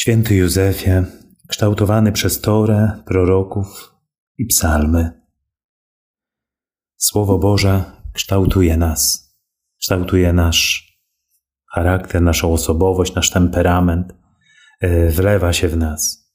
Święty Józefie, kształtowany przez Torę, proroków i psalmy. Słowo Boże kształtuje nas, kształtuje nasz charakter, naszą osobowość, nasz temperament, wlewa się w nas.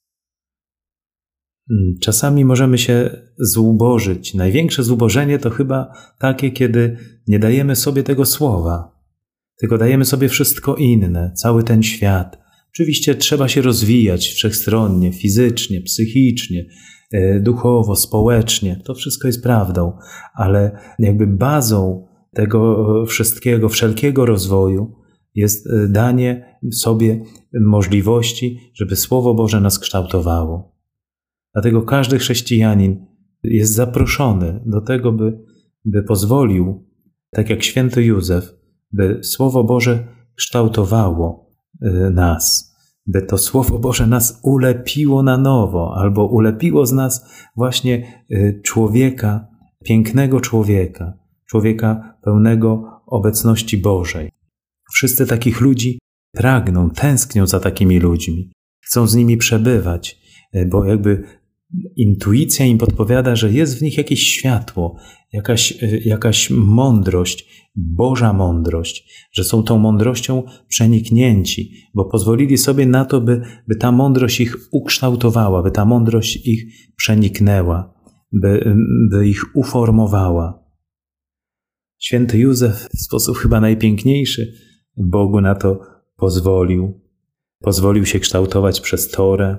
Czasami możemy się zubożyć. Największe zubożenie to chyba takie, kiedy nie dajemy sobie tego słowa, tylko dajemy sobie wszystko inne, cały ten świat. Oczywiście trzeba się rozwijać wszechstronnie, fizycznie, psychicznie, duchowo, społecznie. To wszystko jest prawdą, ale jakby bazą tego wszystkiego, wszelkiego rozwoju jest danie sobie możliwości, żeby Słowo Boże nas kształtowało. Dlatego każdy chrześcijanin jest zaproszony do tego, by pozwolił, tak jak święty Józef, by Słowo Boże kształtowało nas, by to Słowo Boże nas ulepiło na nowo, albo ulepiło z nas właśnie człowieka, pięknego człowieka, człowieka pełnego obecności Bożej. Wszyscy takich ludzi pragną, tęsknią za takimi ludźmi, chcą z nimi przebywać, bo jakby intuicja im podpowiada, że jest w nich jakieś światło, jakaś mądrość, Boża mądrość, że są tą mądrością przeniknięci, bo pozwolili sobie na to, by ta mądrość ich ukształtowała, by ta mądrość ich przeniknęła, by ich uformowała. Święty Józef w sposób chyba najpiękniejszy Bogu na to pozwolił. Pozwolił się kształtować przez Torę,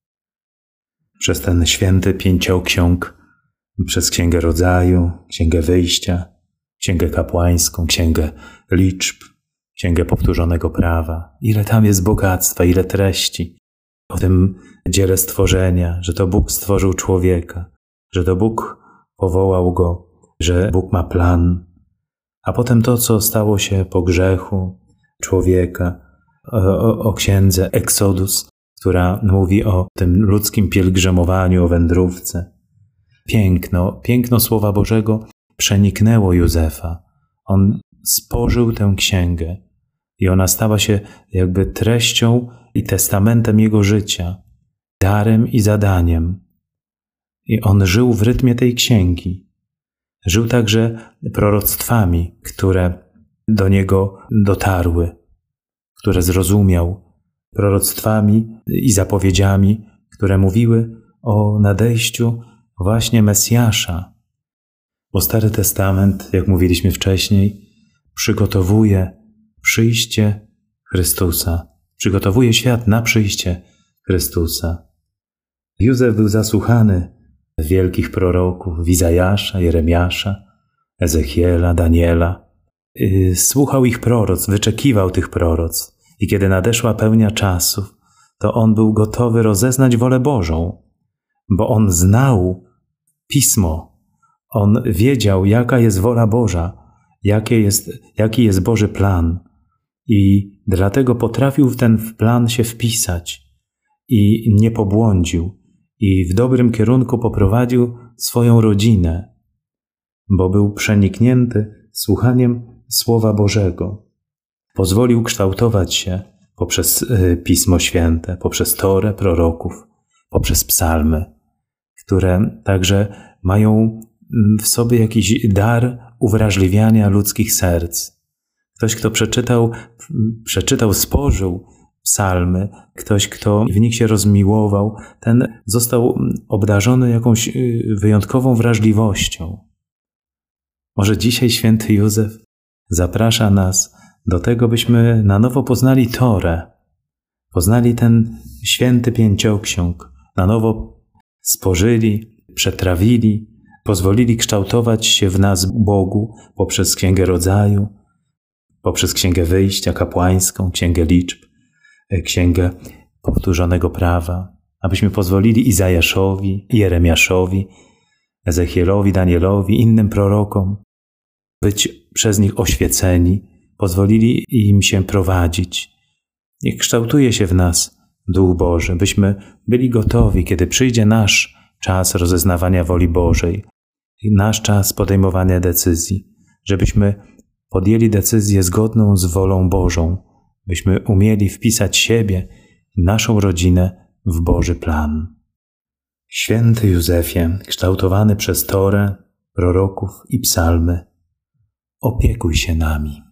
przez ten święty pięcioksiąg, przez Księgę Rodzaju, Księgę Wyjścia, Księgę Kapłańską, Księgę Liczb, Księgę Powtórzonego Prawa. Ile tam jest bogactwa, ile treści o tym dziele stworzenia, że to Bóg stworzył człowieka, że to Bóg powołał go, że Bóg ma plan. A potem to, co stało się po grzechu człowieka, o księdze Exodus, która mówi o tym ludzkim pielgrzymowaniu, o wędrówce. Piękno Słowa Bożego przeniknęło Józefa. On spożył tę księgę i ona stała się jakby treścią i testamentem jego życia, darem i zadaniem. I on żył w rytmie tej księgi. Żył także proroctwami, które do niego dotarły, które zrozumiał, proroctwami i zapowiedziami, które mówiły o nadejściu właśnie Mesjasza. Bo Stary Testament, jak mówiliśmy wcześniej, przygotowuje przyjście Chrystusa. Przygotowuje świat na przyjście Chrystusa. Józef był zasłuchany wielkich proroków, Izajasza, Jeremiasza, Ezechiela, Daniela. Słuchał ich proroc, wyczekiwał tych proroc. I kiedy nadeszła pełnia czasów, to on był gotowy rozeznać wolę Bożą, bo on znał Pismo. On wiedział, jaka jest wola Boża, jaki jest Boży plan. I dlatego potrafił w ten plan się wpisać i nie pobłądził. I w dobrym kierunku poprowadził swoją rodzinę, bo był przeniknięty słuchaniem Słowa Bożego. Pozwolił kształtować się poprzez Pismo Święte, poprzez Torę, proroków, poprzez psalmy, które także mają w sobie jakiś dar uwrażliwiania ludzkich serc. Ktoś, kto przeczytał, spożył psalmy, ktoś, kto w nich się rozmiłował, ten został obdarzony jakąś wyjątkową wrażliwością. Może dzisiaj święty Józef zaprasza nas do tego, byśmy na nowo poznali Torę, poznali ten święty pięcioksiąg, na nowo spożyli, przetrawili, pozwolili kształtować się w nas Bogu poprzez Księgę Rodzaju, poprzez Księgę Wyjścia Kapłańską, Księgę Liczb, Księgę Powtórzonego Prawa, abyśmy pozwolili Izajaszowi, Jeremiaszowi, Ezechielowi, Danielowi, innym prorokom być przez nich oświeceni, pozwolili im się prowadzić. Niech kształtuje się w nas Duch Boży, byśmy byli gotowi, kiedy przyjdzie nasz czas rozeznawania woli Bożej, nasz czas podejmowania decyzji, żebyśmy podjęli decyzję zgodną z wolą Bożą, byśmy umieli wpisać siebie naszą rodzinę w Boży plan. Święty Józefie, kształtowany przez Torę, proroków i psalmy, opiekuj się nami.